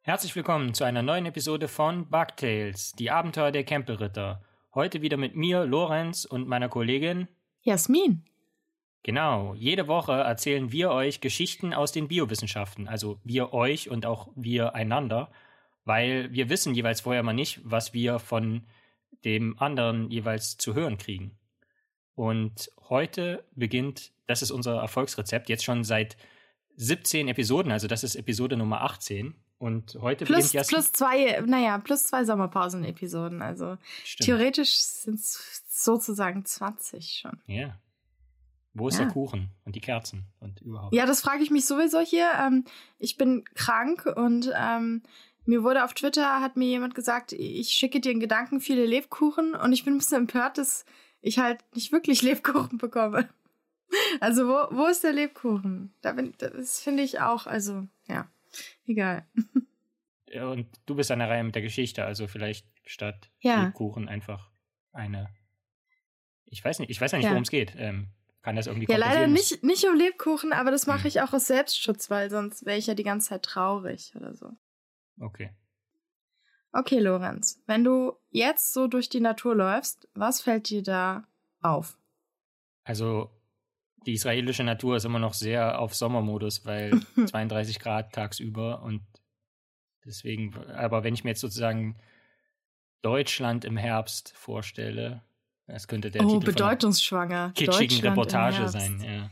Herzlich willkommen zu einer neuen Episode von Bugtails, die Abenteuer der Campbell-Ritter. Heute wieder mit mir, Lorenz, und meiner Kollegin Jasmin. Genau, jede Woche erzählen wir euch Geschichten aus den Biowissenschaften, also wir euch und auch wir einander, weil wir wissen jeweils vorher mal nicht, was wir von dem anderen jeweils zu hören kriegen. Und heute beginnt, das ist unser Erfolgsrezept, jetzt schon seit 17 Episoden, also das ist Episode Nummer 18. Und heute beginnt Jasmin. Plus zwei Sommerpausen-Episoden. Also Stimmt. Theoretisch sind es sozusagen 20 schon. Ja. Wo ist der Kuchen und die Kerzen und überhaupt? Ja, das frage ich mich sowieso hier. Ich bin krank und mir wurde auf Twitter, hat mir jemand gesagt, ich schicke dir in Gedanken viele Lebkuchen und ich bin ein bisschen empört, dass ich halt nicht wirklich Lebkuchen bekomme. Also wo ist der Lebkuchen? Das finde ich auch, also ja. Egal. Und du bist an der Reihe mit der Geschichte, also vielleicht statt Lebkuchen einfach eine. Ich weiß nicht, worum es geht. Kann das irgendwie kompensieren? Ja, leider nicht um Lebkuchen, aber das mache ich auch aus Selbstschutz, weil sonst wäre ich ja die ganze Zeit traurig oder so. Okay. Okay, Lorenz, wenn du jetzt so durch die Natur läufst, was fällt dir da auf? Also die israelische Natur ist immer noch sehr auf Sommermodus, weil 32 Grad tagsüber und deswegen, aber wenn ich mir jetzt sozusagen Deutschland im Herbst vorstelle, das könnte der Titel bedeutungsschwanger. Von einer kitschigen Reportage sein, ja.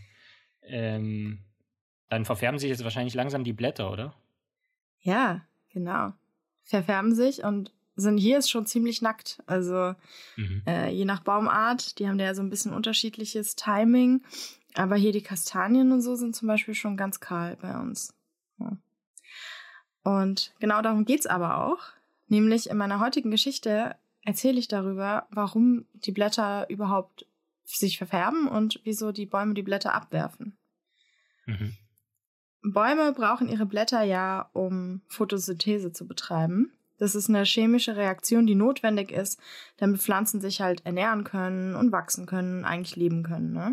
Dann verfärben sich jetzt wahrscheinlich langsam die Blätter, oder? Ja, genau. Verfärben sich und hier ist schon ziemlich nackt. Also je nach Baumart, die haben ja so ein bisschen unterschiedliches Timing. Aber hier die Kastanien und so sind zum Beispiel schon ganz kahl bei uns. Ja. Und genau darum geht's aber auch. Nämlich in meiner heutigen Geschichte erzähle ich darüber, warum die Blätter überhaupt sich verfärben und wieso die Bäume die Blätter abwerfen. Mhm. Bäume brauchen ihre Blätter ja, um Photosynthese zu betreiben. Das ist eine chemische Reaktion, die notwendig ist, damit Pflanzen sich halt ernähren können und wachsen können, eigentlich leben können, ne?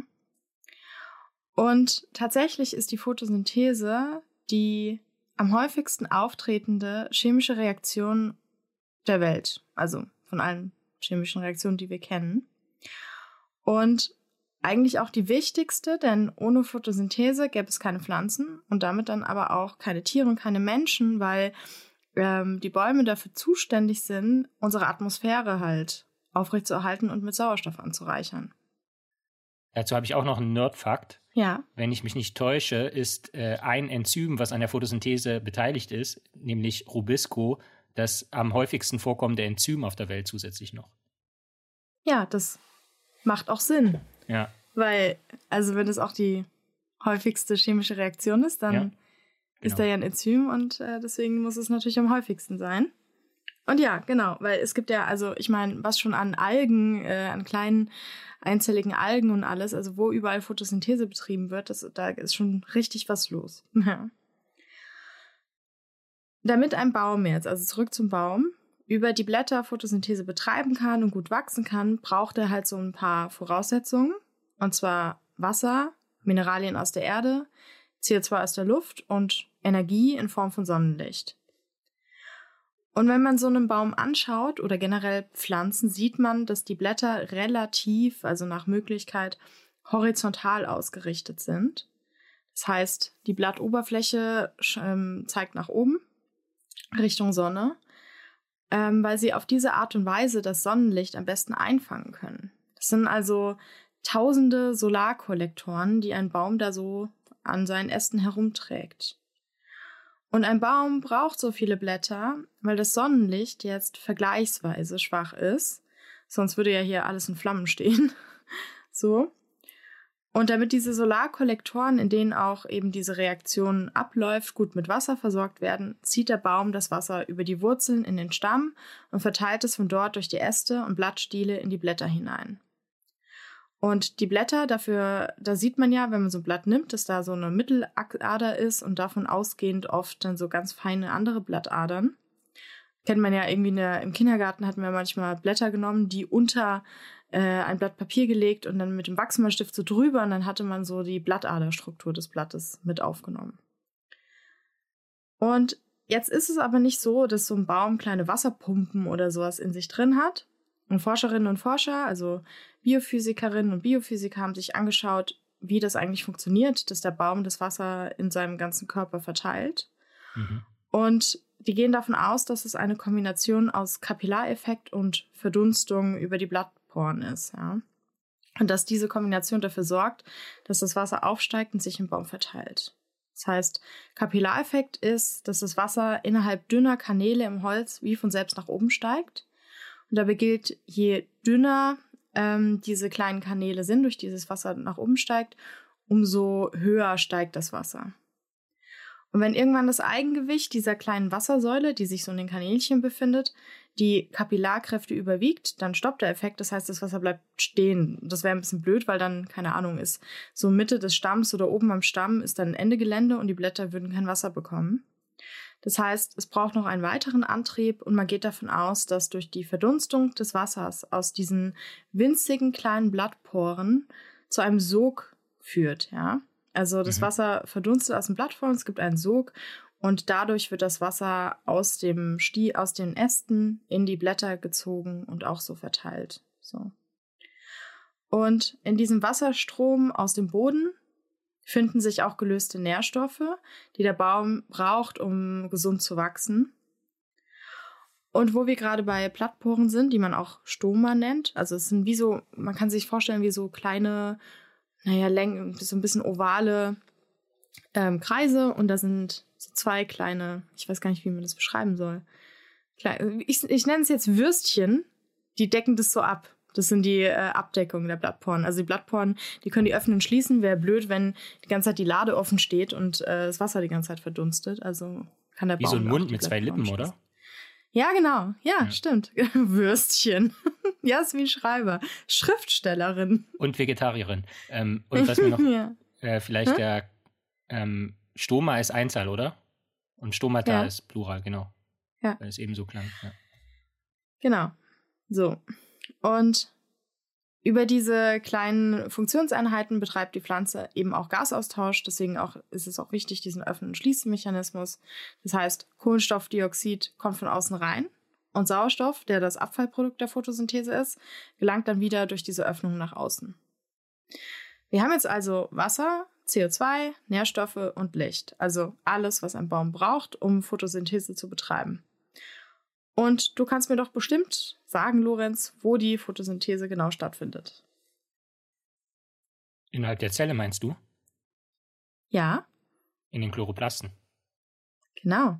Und tatsächlich ist die Photosynthese die am häufigsten auftretende chemische Reaktion der Welt. Also von allen chemischen Reaktionen, die wir kennen. Und eigentlich auch die wichtigste, denn ohne Photosynthese gäbe es keine Pflanzen und damit dann aber auch keine Tiere und keine Menschen, weil die Bäume dafür zuständig sind, unsere Atmosphäre halt aufrechtzuerhalten und mit Sauerstoff anzureichern. Dazu habe ich auch noch einen Nerd-Fakt. Ja. Wenn ich mich nicht täusche, ist ein Enzym, was an der Photosynthese beteiligt ist, nämlich Rubisco, das am häufigsten vorkommende Enzym auf der Welt zusätzlich noch. Ja, das macht auch Sinn. Ja. Weil, also wenn es auch die häufigste chemische Reaktion ist, dann ist da ja ein Enzym und deswegen muss es natürlich am häufigsten sein. Und ja, genau, weil es gibt ja, also ich meine, was schon an Algen, an kleinen einzelligen Algen und alles, also wo überall Photosynthese betrieben wird, da ist schon richtig was los. Ja. Damit ein Baum jetzt, also zurück zum Baum, über die Blätter Photosynthese betreiben kann und gut wachsen kann, braucht er halt so ein paar Voraussetzungen. Und zwar Wasser, Mineralien aus der Erde, CO2 aus der Luft und Energie in Form von Sonnenlicht. Und wenn man so einen Baum anschaut oder generell Pflanzen, sieht man, dass die Blätter relativ, also nach Möglichkeit, horizontal ausgerichtet sind. Das heißt, die Blattoberfläche zeigt nach oben, Richtung Sonne, weil sie auf diese Art und Weise das Sonnenlicht am besten einfangen können. Das sind also tausende Solarkollektoren, die ein Baum da so an seinen Ästen herumträgt. Und ein Baum braucht so viele Blätter, weil das Sonnenlicht jetzt vergleichsweise schwach ist. Sonst würde ja hier alles in Flammen stehen. So. Und damit diese Solarkollektoren, in denen auch eben diese Reaktion abläuft, gut mit Wasser versorgt werden, zieht der Baum das Wasser über die Wurzeln in den Stamm und verteilt es von dort durch die Äste und Blattstiele in die Blätter hinein. Und die Blätter, da sieht man ja, wenn man so ein Blatt nimmt, dass da so eine Mittelader ist und davon ausgehend oft dann so ganz feine andere Blattadern. Kennt man ja irgendwie im Kindergarten hatten wir manchmal Blätter genommen, die unter ein Blatt Papier gelegt und dann mit dem Wachsmalstift so drüber und dann hatte man so die Blattaderstruktur des Blattes mit aufgenommen. Und jetzt ist es aber nicht so, dass so ein Baum kleine Wasserpumpen oder sowas in sich drin hat. Und Forscherinnen und Forscher, also Biophysikerinnen und Biophysiker, haben sich angeschaut, wie das eigentlich funktioniert, dass der Baum das Wasser in seinem ganzen Körper verteilt. Und die gehen davon aus, dass es eine Kombination aus Kapillareffekt und Verdunstung über die Blattporen ist. Ja? Und dass diese Kombination dafür sorgt, dass das Wasser aufsteigt und sich im Baum verteilt. Das heißt, Kapillareffekt ist, dass das Wasser innerhalb dünner Kanäle im Holz wie von selbst nach oben steigt. Und dabei gilt, je dünner diese kleinen Kanäle sind, durch dieses Wasser nach oben steigt, umso höher steigt das Wasser. Und wenn irgendwann das Eigengewicht dieser kleinen Wassersäule, die sich so in den Kanälchen befindet, die Kapillarkräfte überwiegt, dann stoppt der Effekt. Das heißt, das Wasser bleibt stehen. Das wäre ein bisschen blöd, weil dann, keine Ahnung, ist so Mitte des Stamms oder oben am Stamm ist dann ein Ende Gelände und die Blätter würden kein Wasser bekommen. Das heißt, es braucht noch einen weiteren Antrieb und man geht davon aus, dass durch die Verdunstung des Wassers aus diesen winzigen kleinen Blattporen zu einem Sog führt, ja. Also das Wasser verdunstet aus den Blattporen, es gibt einen Sog und dadurch wird das Wasser aus den Ästen in die Blätter gezogen und auch so verteilt. So. Und in diesem Wasserstrom aus dem Boden finden sich auch gelöste Nährstoffe, die der Baum braucht, um gesund zu wachsen. Und wo wir gerade bei Blattporen sind, die man auch Stoma nennt, also es sind wie so, man kann sich vorstellen, wie so kleine, so ein bisschen ovale Kreise und da sind so zwei kleine, ich weiß gar nicht, wie man das beschreiben soll. Ich nenne es jetzt Würstchen, die decken das so ab. Das sind die Abdeckungen der Blattporen. Also die Blattporen, die können die öffnen und schließen. Wäre blöd, wenn die ganze Zeit die Lade offen steht und das Wasser die ganze Zeit verdunstet. Also kann der Baum. Wie so ein Mund mit zwei Lippen, schließen. Oder? Ja, genau. Ja, stimmt. Würstchen. Jasmin Schreiber, Schriftstellerin. Und Vegetarierin. Und was mir noch vielleicht der Stoma ist Einzahl, oder? Und Stomata ist Plural, genau. Ja. Weil es eben so klang. Ja. Genau. So. Und über diese kleinen Funktionseinheiten betreibt die Pflanze eben auch Gasaustausch. Deswegen ist es auch wichtig, diesen Öffnen- und Schließmechanismus. Das heißt, Kohlenstoffdioxid kommt von außen rein und Sauerstoff, der das Abfallprodukt der Photosynthese ist, gelangt dann wieder durch diese Öffnung nach außen. Wir haben jetzt also Wasser, CO2, Nährstoffe und Licht. Also alles, was ein Baum braucht, um Photosynthese zu betreiben. Und du kannst mir doch bestimmt sagen, Lorenz, wo die Photosynthese genau stattfindet. Innerhalb der Zelle, meinst du? Ja. In den Chloroplasten. Genau.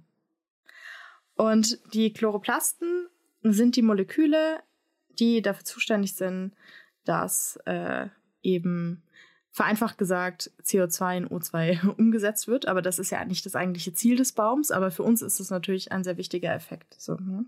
Und die Chloroplasten sind die Moleküle, die dafür zuständig sind, dass eben vereinfacht gesagt CO2 in O2 umgesetzt wird. Aber das ist ja nicht das eigentliche Ziel des Baums. Aber für uns ist es natürlich ein sehr wichtiger Effekt. So, ne?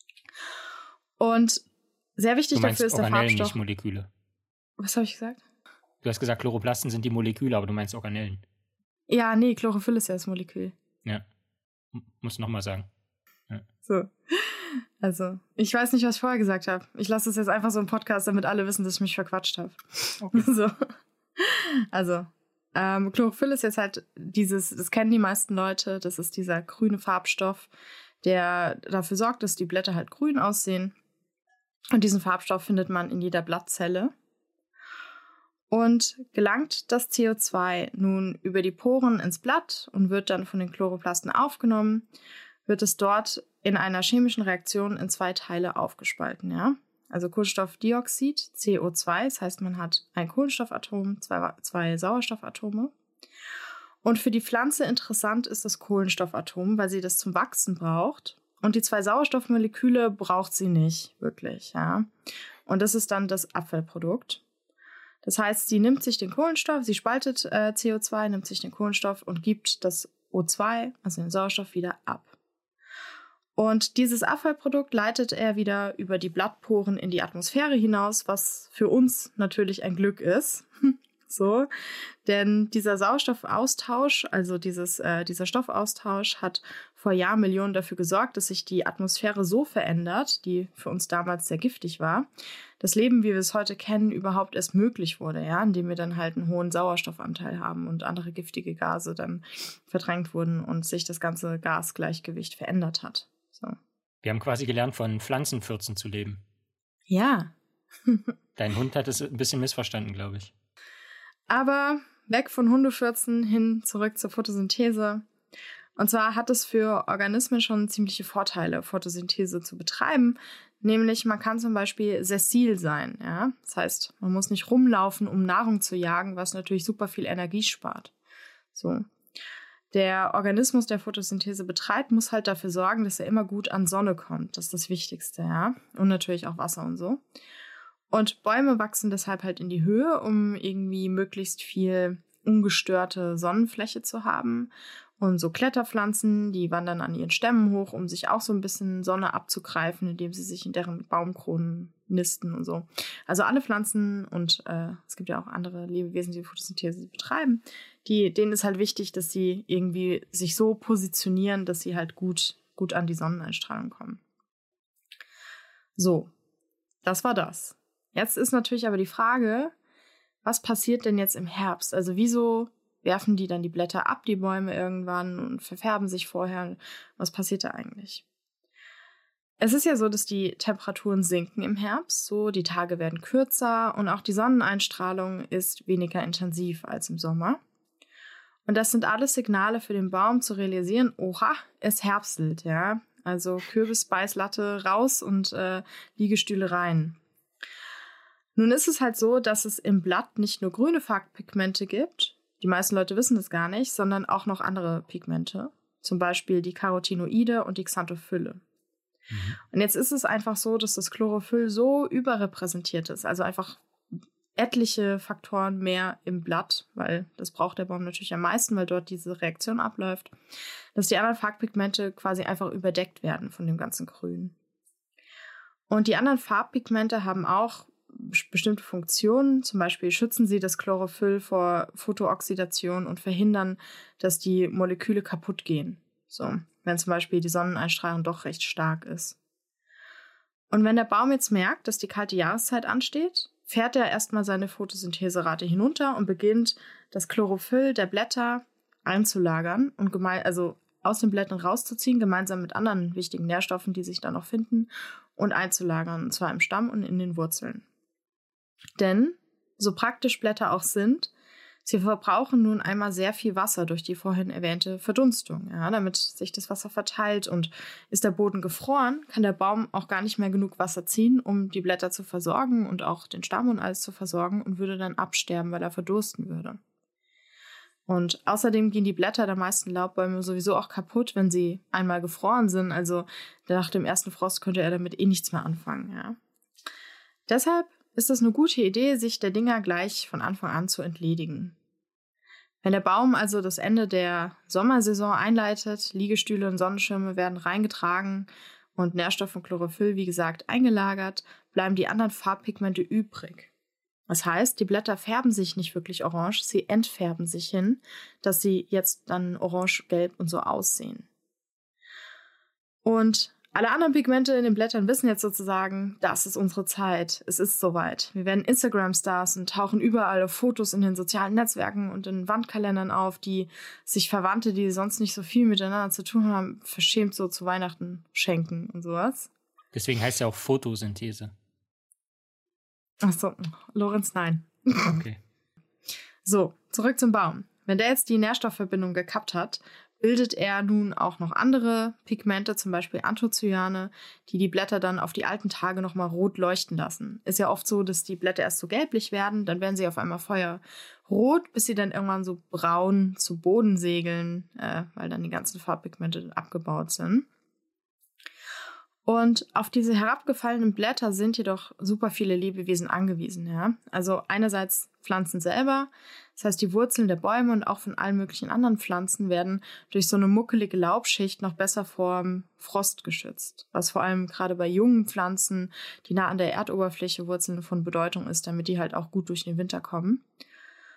Und sehr wichtig dafür ist der Organellen, Farbstoff. Nicht Moleküle. Was habe ich gesagt? Du hast gesagt, Chloroplasten sind die Moleküle, aber du meinst Organellen. Ja, nee, Chlorophyll ist ja das Molekül. Ja, muss nochmal sagen. Ja. So. Also, ich weiß nicht, was ich vorher gesagt habe. Ich lasse es jetzt einfach so im Podcast, damit alle wissen, dass ich mich verquatscht habe. Okay. So. Also, Chlorophyll ist jetzt halt das kennen die meisten Leute, das ist dieser grüne Farbstoff, der dafür sorgt, dass die Blätter halt grün aussehen. Und diesen Farbstoff findet man in jeder Blattzelle. Und gelangt das CO2 nun über die Poren ins Blatt und wird dann von den Chloroplasten aufgenommen, wird es dort in einer chemischen Reaktion in zwei Teile aufgespalten, ja. Also Kohlenstoffdioxid, CO2, das heißt, man hat ein Kohlenstoffatom, zwei Sauerstoffatome. Und für die Pflanze interessant ist das Kohlenstoffatom, weil sie das zum Wachsen braucht. Und die zwei Sauerstoffmoleküle braucht sie nicht wirklich, ja. Und das ist dann das Abfallprodukt. Das heißt, sie nimmt sich den Kohlenstoff, sie spaltet CO2, nimmt sich den Kohlenstoff und gibt das O2, also den Sauerstoff, wieder ab. Und dieses Abfallprodukt leitet er wieder über die Blattporen in die Atmosphäre hinaus, was für uns natürlich ein Glück ist. So, denn dieser Sauerstoffaustausch, also dieser Stoffaustausch hat vor Jahrmillionen dafür gesorgt, dass sich die Atmosphäre so verändert, die für uns damals sehr giftig war, das Leben, wie wir es heute kennen, überhaupt erst möglich wurde, ja, indem wir dann halt einen hohen Sauerstoffanteil haben und andere giftige Gase dann verdrängt wurden und sich das ganze Gasgleichgewicht verändert hat. So. Wir haben quasi gelernt, von Pflanzenfürzen zu leben. Ja. Dein Hund hat es ein bisschen missverstanden, glaube ich. Aber weg von Hundefürzen hin zurück zur Photosynthese. Und zwar hat es für Organismen schon ziemliche Vorteile, Photosynthese zu betreiben. Nämlich man kann zum Beispiel sessil sein. Ja? Das heißt, man muss nicht rumlaufen, um Nahrung zu jagen, was natürlich super viel Energie spart. So. Der Organismus, der Photosynthese betreibt, muss halt dafür sorgen, dass er immer gut an Sonne kommt. Das ist das Wichtigste, ja. Und natürlich auch Wasser und so. Und Bäume wachsen deshalb halt in die Höhe, um irgendwie möglichst viel ungestörte Sonnenfläche zu haben. Und so Kletterpflanzen, die wandern an ihren Stämmen hoch, um sich auch so ein bisschen Sonne abzugreifen, indem sie sich in deren Baumkronen nisten und so. Also alle Pflanzen und es gibt ja auch andere Lebewesen, die Photosynthese betreiben, denen ist halt wichtig, dass sie irgendwie sich so positionieren, dass sie halt gut an die Sonneneinstrahlung kommen. So, das war das. Jetzt ist natürlich aber die Frage, was passiert denn jetzt im Herbst? Also wieso werfen die dann die Blätter ab, die Bäume irgendwann und verfärben sich vorher? Was passiert da eigentlich? Es ist ja so, dass die Temperaturen sinken im Herbst, so die Tage werden kürzer und auch die Sonneneinstrahlung ist weniger intensiv als im Sommer. Und das sind alles Signale für den Baum zu realisieren, oha, es herbstelt, ja. Also Kürbis, Beißlatte raus und Liegestühle rein. Nun ist es halt so, dass es im Blatt nicht nur grüne Farbpigmente gibt, die meisten Leute wissen das gar nicht, sondern auch noch andere Pigmente, zum Beispiel die Carotinoide und die Xanthophylle. Und jetzt ist es einfach so, dass das Chlorophyll so überrepräsentiert ist, also einfach etliche Faktoren mehr im Blatt, weil das braucht der Baum natürlich am meisten, weil dort diese Reaktion abläuft, dass die anderen Farbpigmente quasi einfach überdeckt werden von dem ganzen Grün. Und die anderen Farbpigmente haben auch bestimmte Funktionen, zum Beispiel schützen sie das Chlorophyll vor Photooxidation und verhindern, dass die Moleküle kaputt gehen. So, wenn zum Beispiel die Sonneneinstrahlung doch recht stark ist. Und wenn der Baum jetzt merkt, dass die kalte Jahreszeit ansteht, fährt er erstmal seine Photosyntheserate hinunter und beginnt, das Chlorophyll der Blätter einzulagern und also aus den Blättern rauszuziehen, gemeinsam mit anderen wichtigen Nährstoffen, die sich da noch finden, und einzulagern, und zwar im Stamm und in den Wurzeln. Denn, so praktisch Blätter auch sind, sie verbrauchen nun einmal sehr viel Wasser durch die vorhin erwähnte Verdunstung, ja, damit sich das Wasser verteilt. Und ist der Boden gefroren, kann der Baum auch gar nicht mehr genug Wasser ziehen, um die Blätter zu versorgen und auch den Stamm und alles zu versorgen und würde dann absterben, weil er verdursten würde. Und außerdem gehen die Blätter der meisten Laubbäume sowieso auch kaputt, wenn sie einmal gefroren sind. Also nach dem ersten Frost könnte er damit nichts mehr anfangen, ja. Deshalb ist es eine gute Idee, sich der Dinger gleich von Anfang an zu entledigen. Wenn der Baum also das Ende der Sommersaison einleitet, Liegestühle und Sonnenschirme werden reingetragen und Nährstoff und Chlorophyll, wie gesagt, eingelagert, bleiben die anderen Farbpigmente übrig. Das heißt, die Blätter färben sich nicht wirklich orange, sie entfärben sich hin, dass sie jetzt dann orange-gelb und so aussehen. Und alle anderen Pigmente in den Blättern wissen jetzt sozusagen, das ist unsere Zeit, es ist soweit. Wir werden Instagram-Stars und tauchen überall auf Fotos in den sozialen Netzwerken und in Wandkalendern auf, die sich Verwandte, die sonst nicht so viel miteinander zu tun haben, verschämt so zu Weihnachten schenken und sowas. Deswegen heißt ja auch Photosynthese. Achso, Lorenz, nein. Okay. So, zurück zum Baum. Wenn der jetzt die Nährstoffverbindung gekappt hat, bildet er nun auch noch andere Pigmente, zum Beispiel Anthocyane, die die Blätter dann auf die alten Tage nochmal rot leuchten lassen. Ist ja oft so, dass die Blätter erst so gelblich werden, dann werden sie auf einmal feuerrot, bis sie dann irgendwann so braun zu Boden segeln, weil dann die ganzen Farbpigmente abgebaut sind. Und auf diese herabgefallenen Blätter sind jedoch super viele Lebewesen angewiesen. Ja? Also einerseits Pflanzen selber, das heißt die Wurzeln der Bäume und auch von allen möglichen anderen Pflanzen werden durch so eine muckelige Laubschicht noch besser vor Frost geschützt. Was vor allem gerade bei jungen Pflanzen, die nah an der Erdoberfläche wurzeln, von Bedeutung ist, damit die halt auch gut durch den Winter kommen.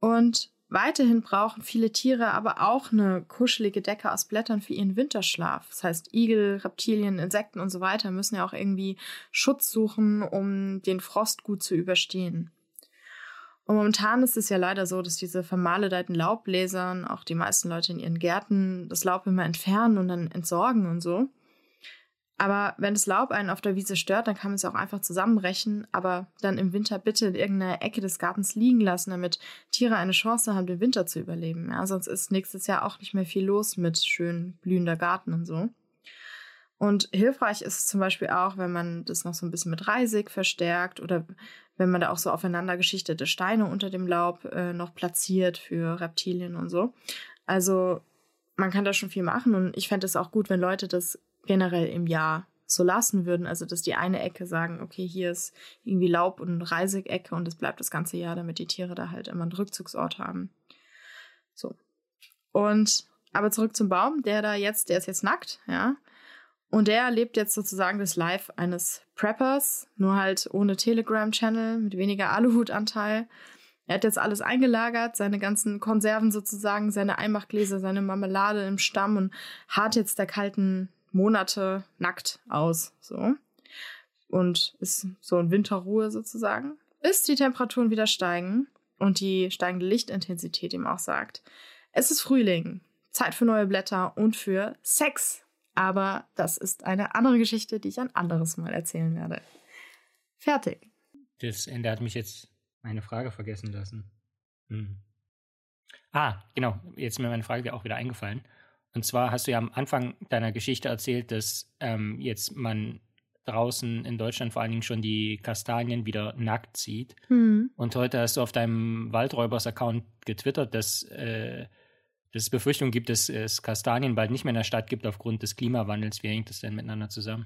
Und weiterhin brauchen viele Tiere aber auch eine kuschelige Decke aus Blättern für ihren Winterschlaf. Das heißt, Igel, Reptilien, Insekten und so weiter müssen ja auch irgendwie Schutz suchen, um den Frost gut zu überstehen. Und momentan ist es ja leider so, dass diese vermaledeiten Laubbläser, auch die meisten Leute in ihren Gärten, das Laub immer entfernen und dann entsorgen und so. Aber wenn das Laub einen auf der Wiese stört, dann kann man es auch einfach zusammenbrechen, aber dann im Winter bitte in irgendeiner Ecke des Gartens liegen lassen, damit Tiere eine Chance haben, den Winter zu überleben. Ja, sonst ist nächstes Jahr auch nicht mehr viel los mit schön blühender Garten und so. Und hilfreich ist es zum Beispiel auch, wenn man das noch so ein bisschen mit Reisig verstärkt oder wenn man da auch so aufeinander geschichtete Steine unter dem Laub noch platziert für Reptilien und so. Also man kann da schon viel machen und ich fände es auch gut, wenn Leute das generell im Jahr so lassen würden. Also dass die eine Ecke sagen, okay, hier ist irgendwie Laub- und Reisigecke und es bleibt das ganze Jahr, damit die Tiere da halt immer einen Rückzugsort haben. So. Und aber zurück zum Baum, der ist jetzt nackt, ja. Und der lebt jetzt sozusagen das Life eines Preppers, nur halt ohne Telegram-Channel, mit weniger Aluhutanteil. Er hat jetzt alles eingelagert, seine ganzen Konserven sozusagen, seine Einmachgläser, seine Marmelade im Stamm und harrt jetzt der kalten Monate nackt aus. So. Und ist so in Winterruhe sozusagen. Bis die Temperaturen wieder steigen und die steigende Lichtintensität ihm auch sagt, es ist Frühling, Zeit für neue Blätter und für Sex. Aber das ist eine andere Geschichte, die ich ein anderes Mal erzählen werde. Fertig. Das Ende hat mich jetzt meine Frage vergessen lassen. Genau. Jetzt ist mir meine Frage auch wieder eingefallen. Und zwar hast du ja am Anfang deiner Geschichte erzählt, dass jetzt man draußen in Deutschland vor allen Dingen schon die Kastanien wieder nackt sieht. Und heute hast du auf deinem Waldräubers-Account getwittert, dass es Befürchtungen gibt, dass es Kastanien bald nicht mehr in der Stadt gibt aufgrund des Klimawandels. Wie hängt das denn miteinander zusammen?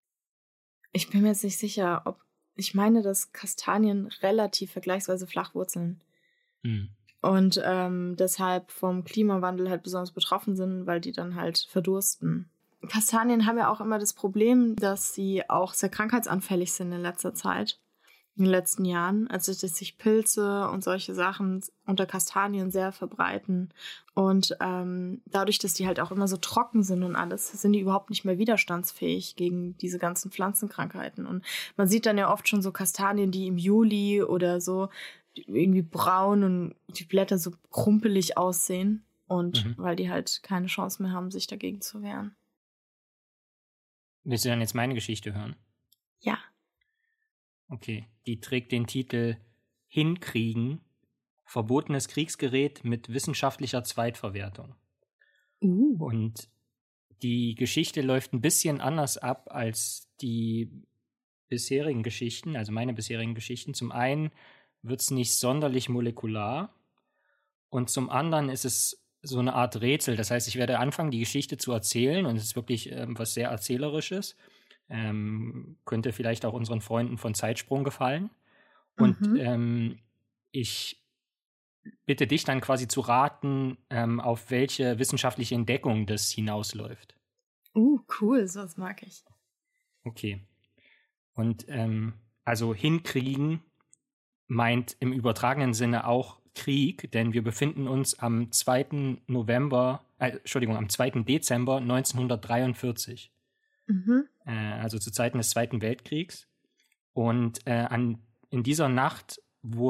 Ich bin mir jetzt nicht sicher, ich meine, dass Kastanien relativ vergleichsweise flach wurzeln. Und deshalb vom Klimawandel halt besonders betroffen sind, weil die dann halt verdursten. Kastanien haben ja auch immer das Problem, dass sie auch sehr krankheitsanfällig sind in letzter Zeit. In den letzten Jahren, also dass sich Pilze und solche Sachen unter Kastanien sehr verbreiten. Und dadurch, dass die halt auch immer so trocken sind und alles, sind die überhaupt nicht mehr widerstandsfähig gegen diese ganzen Pflanzenkrankheiten. Und man sieht dann ja oft schon so Kastanien, die im Juli oder so irgendwie braun und die Blätter so krumpelig aussehen. Und weil die halt keine Chance mehr haben, sich dagegen zu wehren. Willst du dann jetzt meine Geschichte hören? Ja. Okay, die trägt den Titel Hinkriegen, verbotenes Kriegsgerät mit wissenschaftlicher Zweitverwertung. Und die Geschichte läuft ein bisschen anders ab als die bisherigen Geschichten, also meine bisherigen Geschichten. Zum einen wird es nicht sonderlich molekular und zum anderen ist es so eine Art Rätsel. Das heißt, ich werde anfangen, die Geschichte zu erzählen und es ist wirklich was sehr Erzählerisches. Könnte vielleicht auch unseren Freunden von Zeitsprung gefallen. Und ich bitte dich dann quasi zu raten, auf welche wissenschaftliche Entdeckung das hinausläuft. Cool, sowas mag ich. Okay. Und also hinkriegen meint im übertragenen Sinne auch Krieg, denn wir befinden uns am 2. Dezember 1943. Also zu Zeiten des Zweiten Weltkriegs. Und in dieser Nacht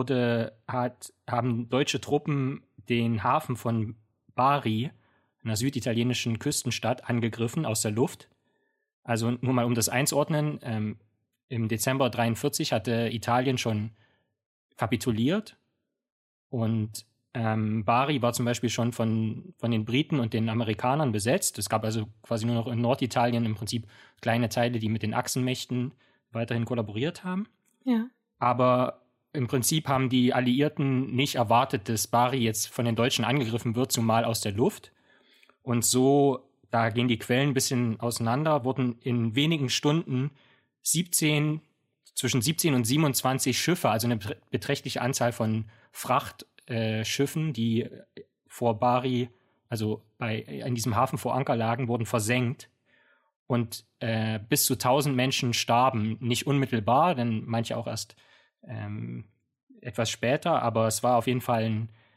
haben deutsche Truppen den Hafen von Bari, einer süditalienischen Küstenstadt, angegriffen aus der Luft. Also nur mal um das einzuordnen, im Dezember 1943 hatte Italien schon kapituliert und Bari war zum Beispiel schon von den Briten und den Amerikanern besetzt. Es gab also quasi nur noch in Norditalien im Prinzip kleine Teile, die mit den Achsenmächten weiterhin kollaboriert haben. Ja. Aber im Prinzip haben die Alliierten nicht erwartet, dass Bari jetzt von den Deutschen angegriffen wird, zumal aus der Luft. Und so, da gehen die Quellen ein bisschen auseinander, wurden in wenigen Stunden zwischen 17 und 27 Schiffe, also eine beträchtliche Anzahl von Frachtschiffen, die vor Bari, also in diesem Hafen vor Anker lagen, wurden versenkt. Und bis zu 1000 Menschen starben, nicht unmittelbar, denn manche auch erst etwas später, aber es war auf jeden Fall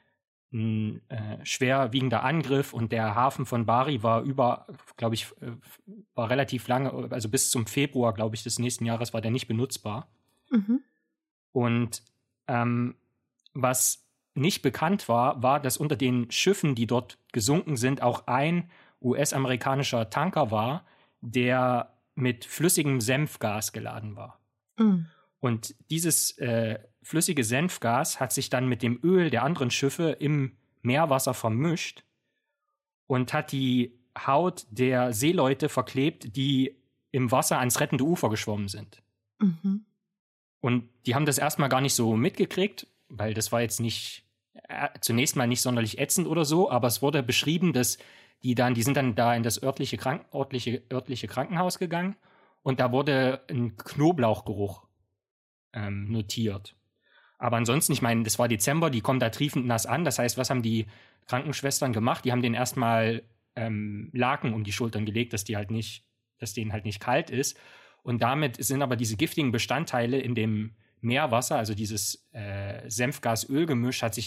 ein schwerwiegender Angriff und der Hafen von Bari war war relativ lange, also bis zum Februar, glaube ich, des nächsten Jahres war der nicht benutzbar. Mhm. Und was nicht bekannt war, dass unter den Schiffen, die dort gesunken sind, auch ein US-amerikanischer Tanker war, der mit flüssigem Senfgas geladen war. Mhm. Und dieses flüssige Senfgas hat sich dann mit dem Öl der anderen Schiffe im Meerwasser vermischt und hat die Haut der Seeleute verklebt, die im Wasser ans rettende Ufer geschwommen sind. Mhm. Und die haben das erstmal gar nicht so mitgekriegt, weil das war jetzt zunächst mal nicht sonderlich ätzend oder so, aber es wurde beschrieben, dass die sind dann da in das örtliche Krankenhaus gegangen und da wurde ein Knoblauchgeruch notiert. Aber ansonsten, ich meine, das war Dezember, die kommen da triefend nass an. Das heißt, was haben die Krankenschwestern gemacht? Die haben denen erstmal Laken um die Schultern gelegt, dass denen halt nicht kalt ist. Und damit sind aber diese giftigen Bestandteile in dem Meerwasser, also dieses Senfgas-Öl-Gemisch, hat sich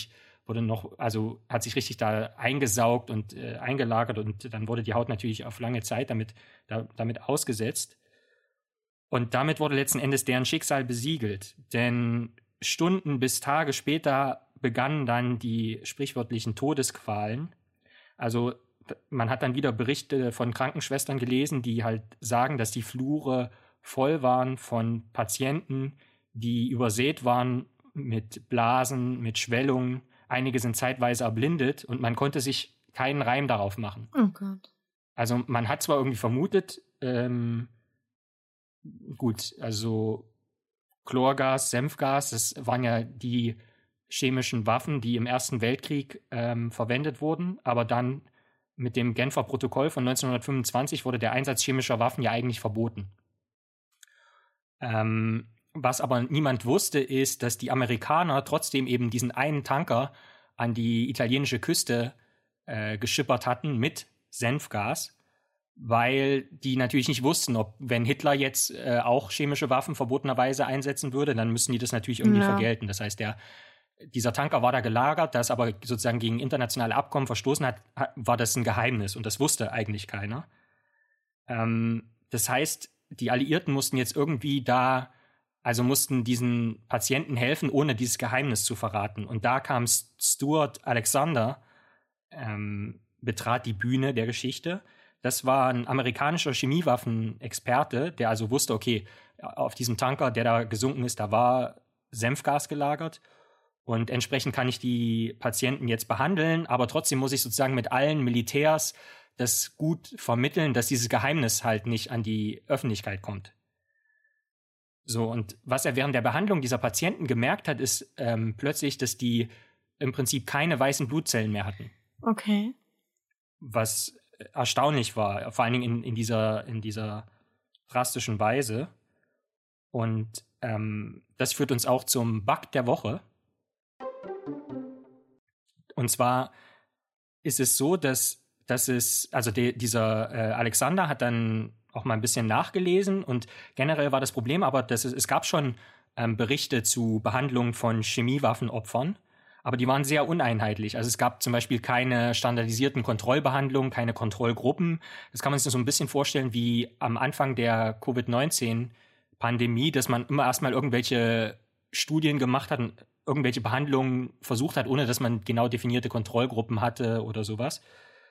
richtig da eingesaugt und eingelagert und dann wurde die Haut natürlich auf lange Zeit damit ausgesetzt. Und damit wurde letzten Endes deren Schicksal besiegelt. Denn Stunden bis Tage später begannen dann die sprichwörtlichen Todesqualen. Also man hat dann wieder Berichte von Krankenschwestern gelesen, die halt sagen, dass die Flure voll waren von Patienten, die übersät waren mit Blasen, mit Schwellungen. Einige sind zeitweise erblindet und man konnte sich keinen Reim darauf machen. Oh Gott. Also man hat zwar irgendwie vermutet, gut, also Chlorgas, Senfgas, das waren ja die chemischen Waffen, die im Ersten Weltkrieg verwendet wurden, aber dann mit dem Genfer Protokoll von 1925 wurde der Einsatz chemischer Waffen ja eigentlich verboten. Was aber niemand wusste, ist, dass die Amerikaner trotzdem eben diesen einen Tanker an die italienische Küste geschippert hatten mit Senfgas, weil die natürlich nicht wussten, wenn Hitler jetzt auch chemische Waffen verbotenerweise einsetzen würde, dann müssen die das natürlich irgendwie vergelten. Das heißt, dieser Tanker war da gelagert, das aber sozusagen gegen internationale Abkommen verstoßen hat, war das ein Geheimnis und das wusste eigentlich keiner. Das heißt, die Alliierten mussten jetzt irgendwie mussten diesen Patienten helfen, ohne dieses Geheimnis zu verraten. Und da kam Stuart Alexander, betrat die Bühne der Geschichte. Das war ein amerikanischer Chemiewaffenexperte, der also wusste, okay, auf diesem Tanker, der da gesunken ist, da war Senfgas gelagert. Und entsprechend kann ich die Patienten jetzt behandeln, aber trotzdem muss ich sozusagen mit allen Militärs das gut vermitteln, dass dieses Geheimnis halt nicht an die Öffentlichkeit kommt. So, und was er während der Behandlung dieser Patienten gemerkt hat, ist plötzlich, dass die im Prinzip keine weißen Blutzellen mehr hatten. Okay. Was erstaunlich war, vor allen Dingen in dieser drastischen Weise. Und das führt uns auch zum Bug der Woche. Und zwar ist es so, dieser Alexander hat dann auch mal ein bisschen nachgelesen und generell war das Problem aber, es gab schon Berichte zu Behandlung von Chemiewaffenopfern, aber die waren sehr uneinheitlich. Also es gab zum Beispiel keine standardisierten Kontrollbehandlungen, keine Kontrollgruppen. Das kann man sich so ein bisschen vorstellen wie am Anfang der Covid-19-Pandemie, dass man immer erstmal irgendwelche Studien gemacht hat und irgendwelche Behandlungen versucht hat, ohne dass man genau definierte Kontrollgruppen hatte oder sowas.